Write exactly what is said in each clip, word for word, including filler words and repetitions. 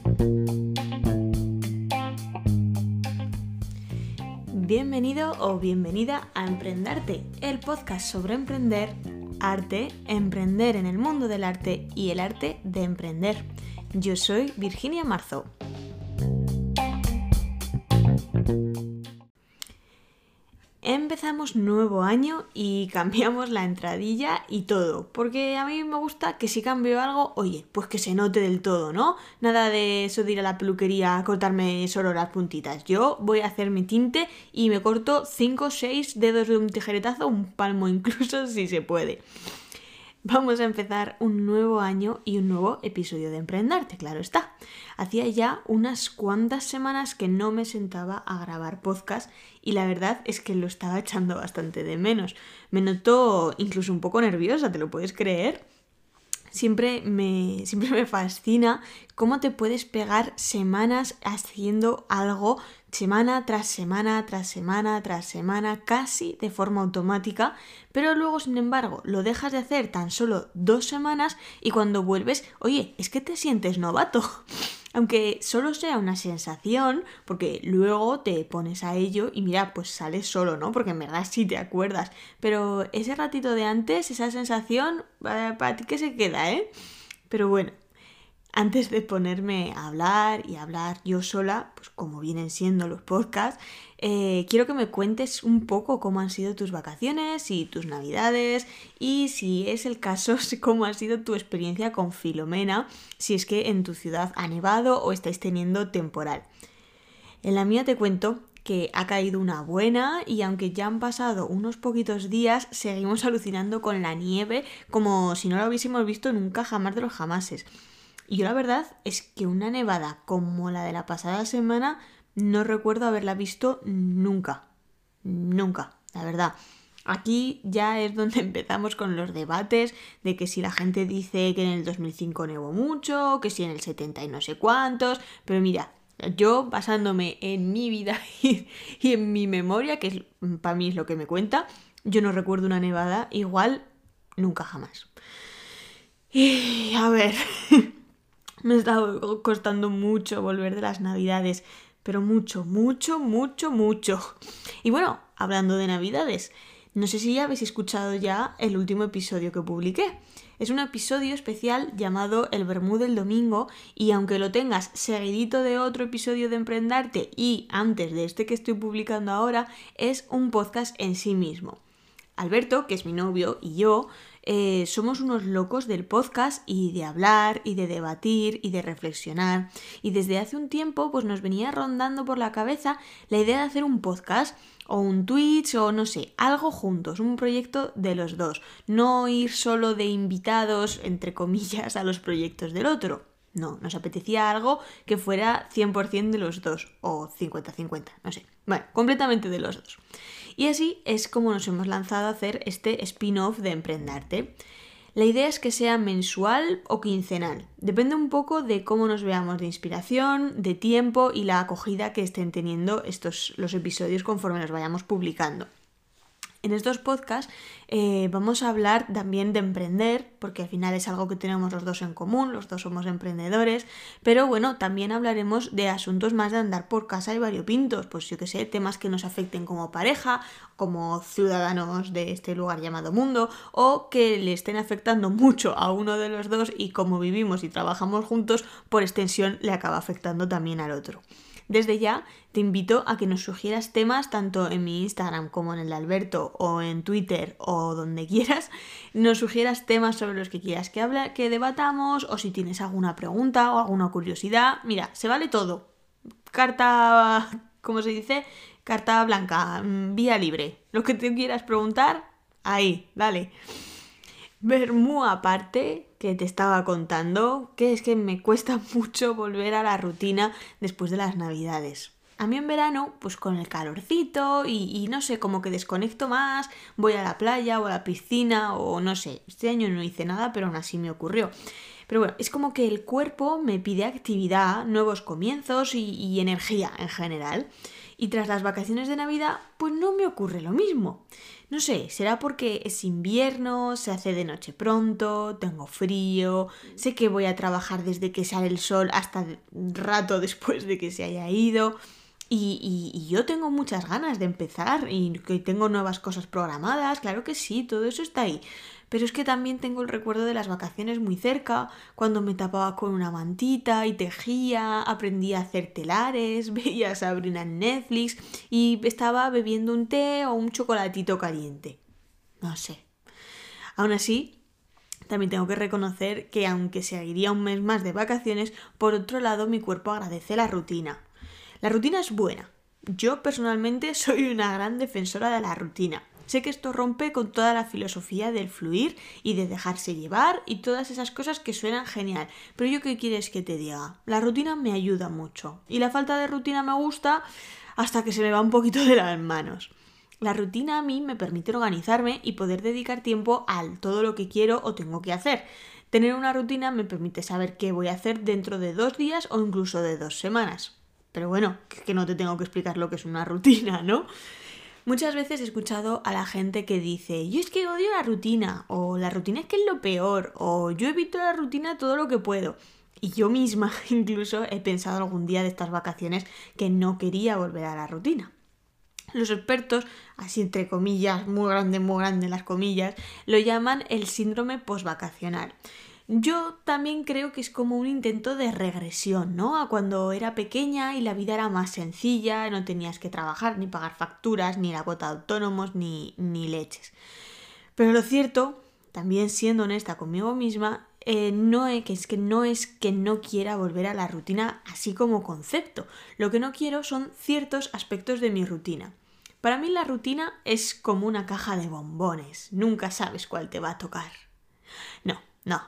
Bienvenido o bienvenida a Emprendarte, el podcast sobre emprender, arte, emprender en el mundo del arte y el arte de emprender. Yo soy Virginia Marzo. Empezamos nuevo año y cambiamos la entradilla y todo, porque a mí me gusta que si cambio algo, oye, pues que se note del todo, ¿no? Nada de eso de ir a la peluquería a cortarme solo las puntitas. Yo voy a hacer mi tinte y me corto cinco o seis dedos de un tijeretazo, un palmo incluso, si se puede. Vamos a empezar un nuevo año y un nuevo episodio de Emprendarte, claro está. Hacía ya unas cuantas semanas que no me sentaba a grabar podcast y la verdad es que lo estaba echando bastante de menos. Me noto incluso un poco nerviosa, ¿te lo puedes creer? Siempre me, siempre me fascina cómo te puedes pegar semanas haciendo algo, semana tras semana, tras semana, tras semana, casi de forma automática, pero luego, sin embargo, lo dejas de hacer tan solo dos semanas y cuando vuelves, oye, es que te sientes novato. Aunque solo sea una sensación, porque luego te pones a ello y mira, pues sales solo, ¿no? Porque en verdad sí te acuerdas. Pero ese ratito de antes, esa sensación, para ti que se queda, ¿eh? Pero bueno, antes de ponerme a hablar y hablar yo sola, pues como vienen siendo los podcasts, eh, quiero que me cuentes un poco cómo han sido tus vacaciones y tus navidades y si es el caso, cómo ha sido tu experiencia con Filomena, si es que en tu ciudad ha nevado o estáis teniendo temporal. En la mía te cuento que ha caído una buena y aunque ya han pasado unos poquitos días, seguimos alucinando con la nieve como si no la hubiésemos visto nunca jamás de los jamases. Y yo la verdad es que una nevada como la de la pasada semana no recuerdo haberla visto nunca, nunca, la verdad. Aquí ya es donde empezamos con los debates de que si la gente dice que en el dos mil cinco nevó mucho, que si en el setenta y no sé cuántos, pero mira, yo basándome en mi vida y, y en mi memoria, que es, para mí es lo que me cuenta, yo no recuerdo una nevada igual nunca jamás. Y a ver... Me ha estado costando mucho volver de las navidades, pero mucho, mucho, mucho, mucho. Y bueno, hablando de navidades, no sé si ya habéis escuchado ya el último episodio que publiqué. Es un episodio especial llamado El Vermú del Domingo y aunque lo tengas seguidito de otro episodio de Emprendarte y antes de este que estoy publicando ahora, es un podcast en sí mismo. Alberto, que es mi novio, y yo eh, somos unos locos del podcast y de hablar y de debatir y de reflexionar. Y desde hace un tiempo pues nos venía rondando por la cabeza la idea de hacer un podcast o un Twitch o no sé, algo juntos, un proyecto de los dos. No ir solo de invitados, entre comillas, a los proyectos del otro. No, nos apetecía algo que fuera cien por ciento de los dos o cincuenta cincuenta, no sé. Bueno, completamente de los dos. Y así es como nos hemos lanzado a hacer este spin-off de Emprendarte. La idea es que sea mensual o quincenal. Depende un poco de cómo nos veamos de inspiración, de tiempo y la acogida que estén teniendo estos, los episodios conforme los vayamos publicando. En estos podcasts eh, vamos a hablar también de emprender, porque al final es algo que tenemos los dos en común, los dos somos emprendedores, pero bueno, también hablaremos de asuntos más de andar por casa y variopintos, pues yo que sé, temas que nos afecten como pareja, como ciudadanos de este lugar llamado mundo, o que le estén afectando mucho a uno de los dos y como vivimos y trabajamos juntos, por extensión le acaba afectando también al otro. Desde ya te invito a que nos sugieras temas tanto en mi Instagram como en el de Alberto o en Twitter o donde quieras. Nos sugieras temas sobre los que quieras que, habla, que debatamos o si tienes alguna pregunta o alguna curiosidad. Mira, se vale todo. Carta, ¿cómo se dice? Carta blanca, vía libre. Lo que te quieras preguntar, ahí, dale. Vermú aparte, que te estaba contando, que es que me cuesta mucho volver a la rutina después de las navidades. A mí en verano, pues con el calorcito y, y no sé, como que desconecto más, voy a la playa o a la piscina o no sé. Este año no hice nada, pero aún así me ocurrió. Pero bueno, es como que el cuerpo me pide actividad, nuevos comienzos y, y energía en general. Y tras las vacaciones de Navidad, pues no me ocurre lo mismo. No sé, será porque es invierno, se hace de noche pronto, tengo frío, sé que voy a trabajar desde que sale el sol hasta rato después de que se haya ido. Y, y, y yo tengo muchas ganas de empezar y que tengo nuevas cosas programadas, claro que sí, todo eso está ahí. Pero es que también tengo el recuerdo de las vacaciones muy cerca, cuando me tapaba con una mantita y tejía, aprendí a hacer telares, veía a Sabrina en Netflix y estaba bebiendo un té o un chocolatito caliente. No sé. Aún así, también tengo que reconocer que aunque seguiría un mes más de vacaciones, por otro lado mi cuerpo agradece la rutina. La rutina es buena. Yo personalmente soy una gran defensora de la rutina. Sé que esto rompe con toda la filosofía del fluir y de dejarse llevar y todas esas cosas que suenan genial. Pero yo qué quieres que te diga, la rutina me ayuda mucho y la falta de rutina me gusta hasta que se me va un poquito de las manos. La rutina a mí me permite organizarme y poder dedicar tiempo a todo lo que quiero o tengo que hacer. Tener una rutina me permite saber qué voy a hacer dentro de dos días o incluso de dos semanas. Pero bueno, que no te tengo que explicar lo que es una rutina, ¿no? Muchas veces he escuchado a la gente que dice, yo es que odio la rutina, o la rutina es que es lo peor, o yo evito la rutina todo lo que puedo. Y yo misma incluso he pensado algún día de estas vacaciones que no quería volver a la rutina. Los expertos, así entre comillas, muy grande, muy grande las comillas, lo llaman el síndrome postvacacional. Yo también creo que es como un intento de regresión, ¿no? A cuando era pequeña y la vida era más sencilla, no tenías que trabajar, ni pagar facturas, ni la cuota de autónomos, ni, ni leches. Pero lo cierto, también siendo honesta conmigo misma, eh, no es que, es que no es que no quiera volver a la rutina así como concepto. Lo que no quiero son ciertos aspectos de mi rutina. Para mí la rutina es como una caja de bombones. Nunca sabes cuál te va a tocar. No. No,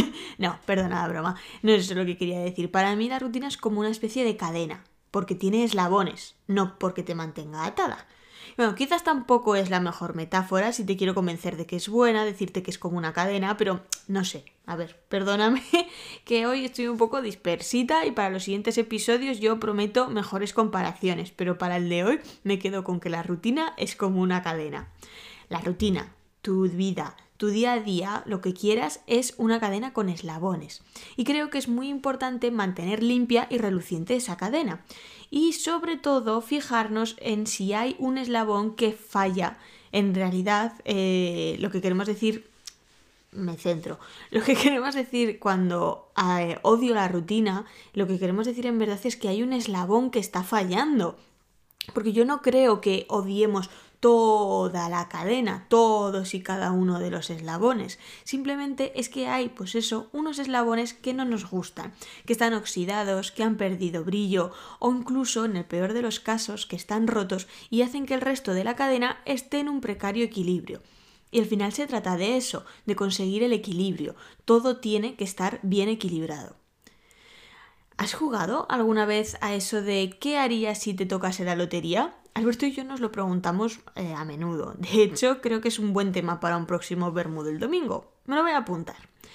no, perdona la broma, no es eso lo que quería decir. Para mí la rutina es como una especie de cadena, porque tiene eslabones, no porque te mantenga atada. Bueno, quizás tampoco es la mejor metáfora si te quiero convencer de que es buena, decirte que es como una cadena, pero no sé. A ver, perdóname que hoy estoy un poco dispersita y para los siguientes episodios yo prometo mejores comparaciones, pero para el de hoy me quedo con que la rutina es como una cadena. La rutina, tu vida, tu día a día, lo que quieras, es una cadena con eslabones. Y creo que es muy importante mantener limpia y reluciente esa cadena. Y sobre todo fijarnos en si hay un eslabón que falla. En realidad, eh, lo que queremos decir... Me centro. Lo que queremos decir cuando eh, odio la rutina, lo que queremos decir en verdad es que hay un eslabón que está fallando. Porque yo no creo que odiemos toda la cadena, todos y cada uno de los eslabones. Simplemente es que hay, pues eso, unos eslabones que no nos gustan, que están oxidados, que han perdido brillo o incluso, en el peor de los casos, que están rotos y hacen que el resto de la cadena esté en un precario equilibrio. Y al final se trata de eso, de conseguir el equilibrio. Todo tiene que estar bien equilibrado. ¿Has jugado alguna vez a eso de qué harías si te tocase la lotería? Alberto y yo nos lo preguntamos eh, a menudo. De hecho, creo que es un buen tema para un próximo Vermú del domingo. Me lo voy a apuntar.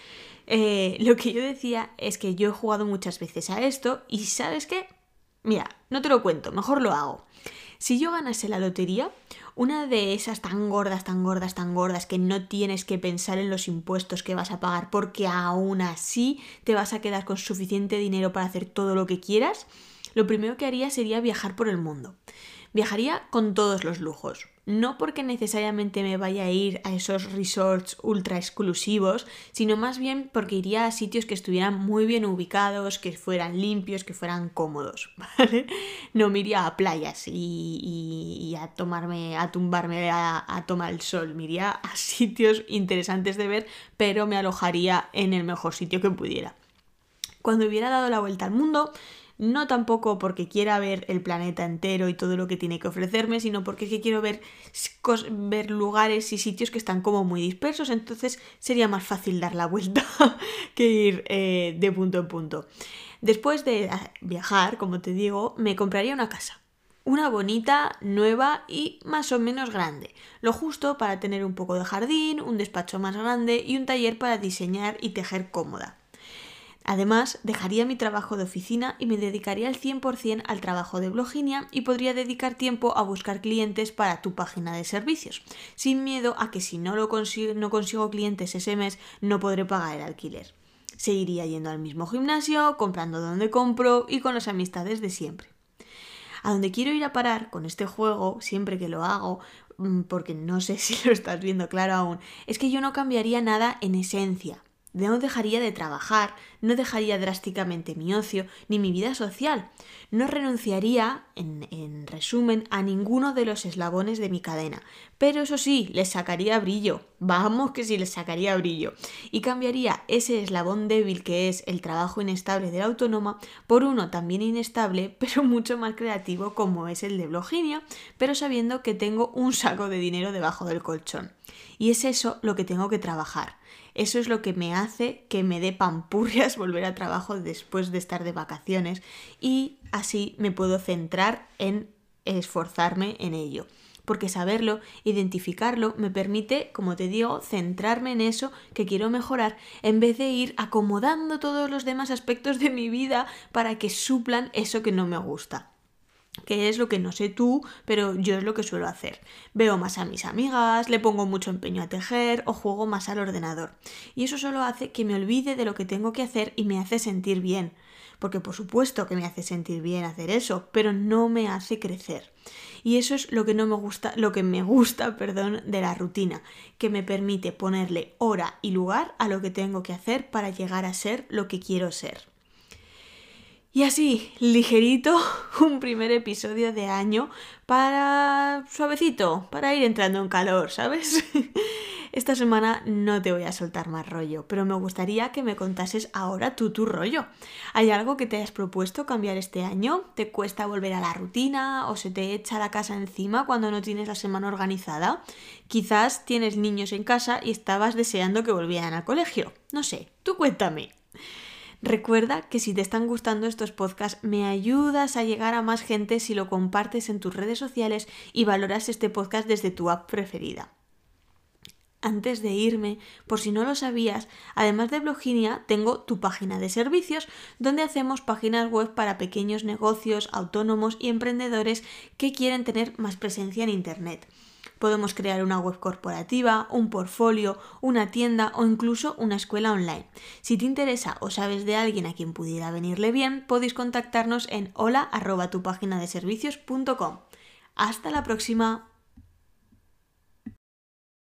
Eh, lo que yo decía es que yo he jugado muchas veces a esto y ¿sabes qué? Mira, no te lo cuento, mejor lo hago. Si yo ganase la lotería, una de esas tan gordas, tan gordas, tan gordas que no tienes que pensar en los impuestos que vas a pagar porque aún así te vas a quedar con suficiente dinero para hacer todo lo que quieras, lo primero que haría sería viajar por el mundo. Viajaría con todos los lujos. No porque necesariamente me vaya a ir a esos resorts ultra exclusivos, sino más bien porque iría a sitios que estuvieran muy bien ubicados, que fueran limpios, que fueran cómodos, ¿vale? No me iría a playas y, y, y a tomarme, a tumbarme a, a tomar el sol. Me iría a sitios interesantes de ver, pero me alojaría en el mejor sitio que pudiera. Cuando hubiera dado la vuelta al mundo, no tampoco porque quiera ver el planeta entero y todo lo que tiene que ofrecerme, sino porque es que quiero ver, ver lugares y sitios que están como muy dispersos, entonces sería más fácil dar la vuelta que ir eh, de punto en punto. Después de viajar, como te digo, me compraría una casa. Una bonita, nueva y más o menos grande. Lo justo para tener un poco de jardín, un despacho más grande y un taller para diseñar y tejer cómoda. Además, dejaría mi trabajo de oficina y me dedicaría al cien por ciento al trabajo de Bloginia y podría dedicar tiempo a buscar clientes para tu página de servicios, sin miedo a que si no, lo consigo, no consigo clientes ese mes no podré pagar el alquiler. Seguiría yendo al mismo gimnasio, comprando donde compro y con las amistades de siempre. A donde quiero ir a parar con este juego, siempre que lo hago, porque no sé si lo estás viendo claro aún, es que yo no cambiaría nada en esencia. No dejaría de trabajar, no dejaría drásticamente mi ocio ni mi vida social. No renunciaría, en, en resumen, a ninguno de los eslabones de mi cadena. Pero eso sí, les sacaría brillo. Vamos que sí les sacaría brillo. Y cambiaría ese eslabón débil que es el trabajo inestable de la autónoma por uno también inestable, pero mucho más creativo como es el de Bloginia, pero sabiendo que tengo un saco de dinero debajo del colchón. Y es eso lo que tengo que trabajar. Eso es lo que me hace que me dé pampurrias volver a trabajo después de estar de vacaciones y así me puedo centrar en esforzarme en ello. Porque saberlo, identificarlo, me permite, como te digo, centrarme en eso que quiero mejorar en vez de ir acomodando todos los demás aspectos de mi vida para que suplan eso que no me gusta. Que es lo que no sé tú, pero yo es lo que suelo hacer. Veo más a mis amigas, le pongo mucho empeño a tejer o juego más al ordenador. Y eso solo hace que me olvide de lo que tengo que hacer y me hace sentir bien. Porque por supuesto que me hace sentir bien hacer eso, pero no me hace crecer. Y eso es lo que no me gusta, lo que me gusta, perdón, de la rutina, que me permite ponerle hora y lugar a lo que tengo que hacer para llegar a ser lo que quiero ser. Y así, ligerito, un primer episodio de año para suavecito, para ir entrando en calor, ¿sabes? Esta semana no te voy a soltar más rollo, pero me gustaría que me contases ahora tú tu rollo. ¿Hay algo que te hayas propuesto cambiar este año? ¿Te cuesta volver a la rutina o se te echa la casa encima cuando no tienes la semana organizada? Quizás tienes niños en casa y estabas deseando que volvieran al colegio. No sé, tú cuéntame. Recuerda que si te están gustando estos podcasts me ayudas a llegar a más gente si lo compartes en tus redes sociales y valoras este podcast desde tu app preferida. Antes de irme, por si no lo sabías, además de Bloginia, tengo tu página de servicios donde hacemos páginas web para pequeños negocios, autónomos y emprendedores que quieren tener más presencia en Internet. Podemos crear una web corporativa, un portfolio, una tienda o incluso una escuela online. Si te interesa o sabes de alguien a quien pudiera venirle bien, podéis contactarnos en hola arroba tu página de servicios punto com. ¡Hasta la próxima!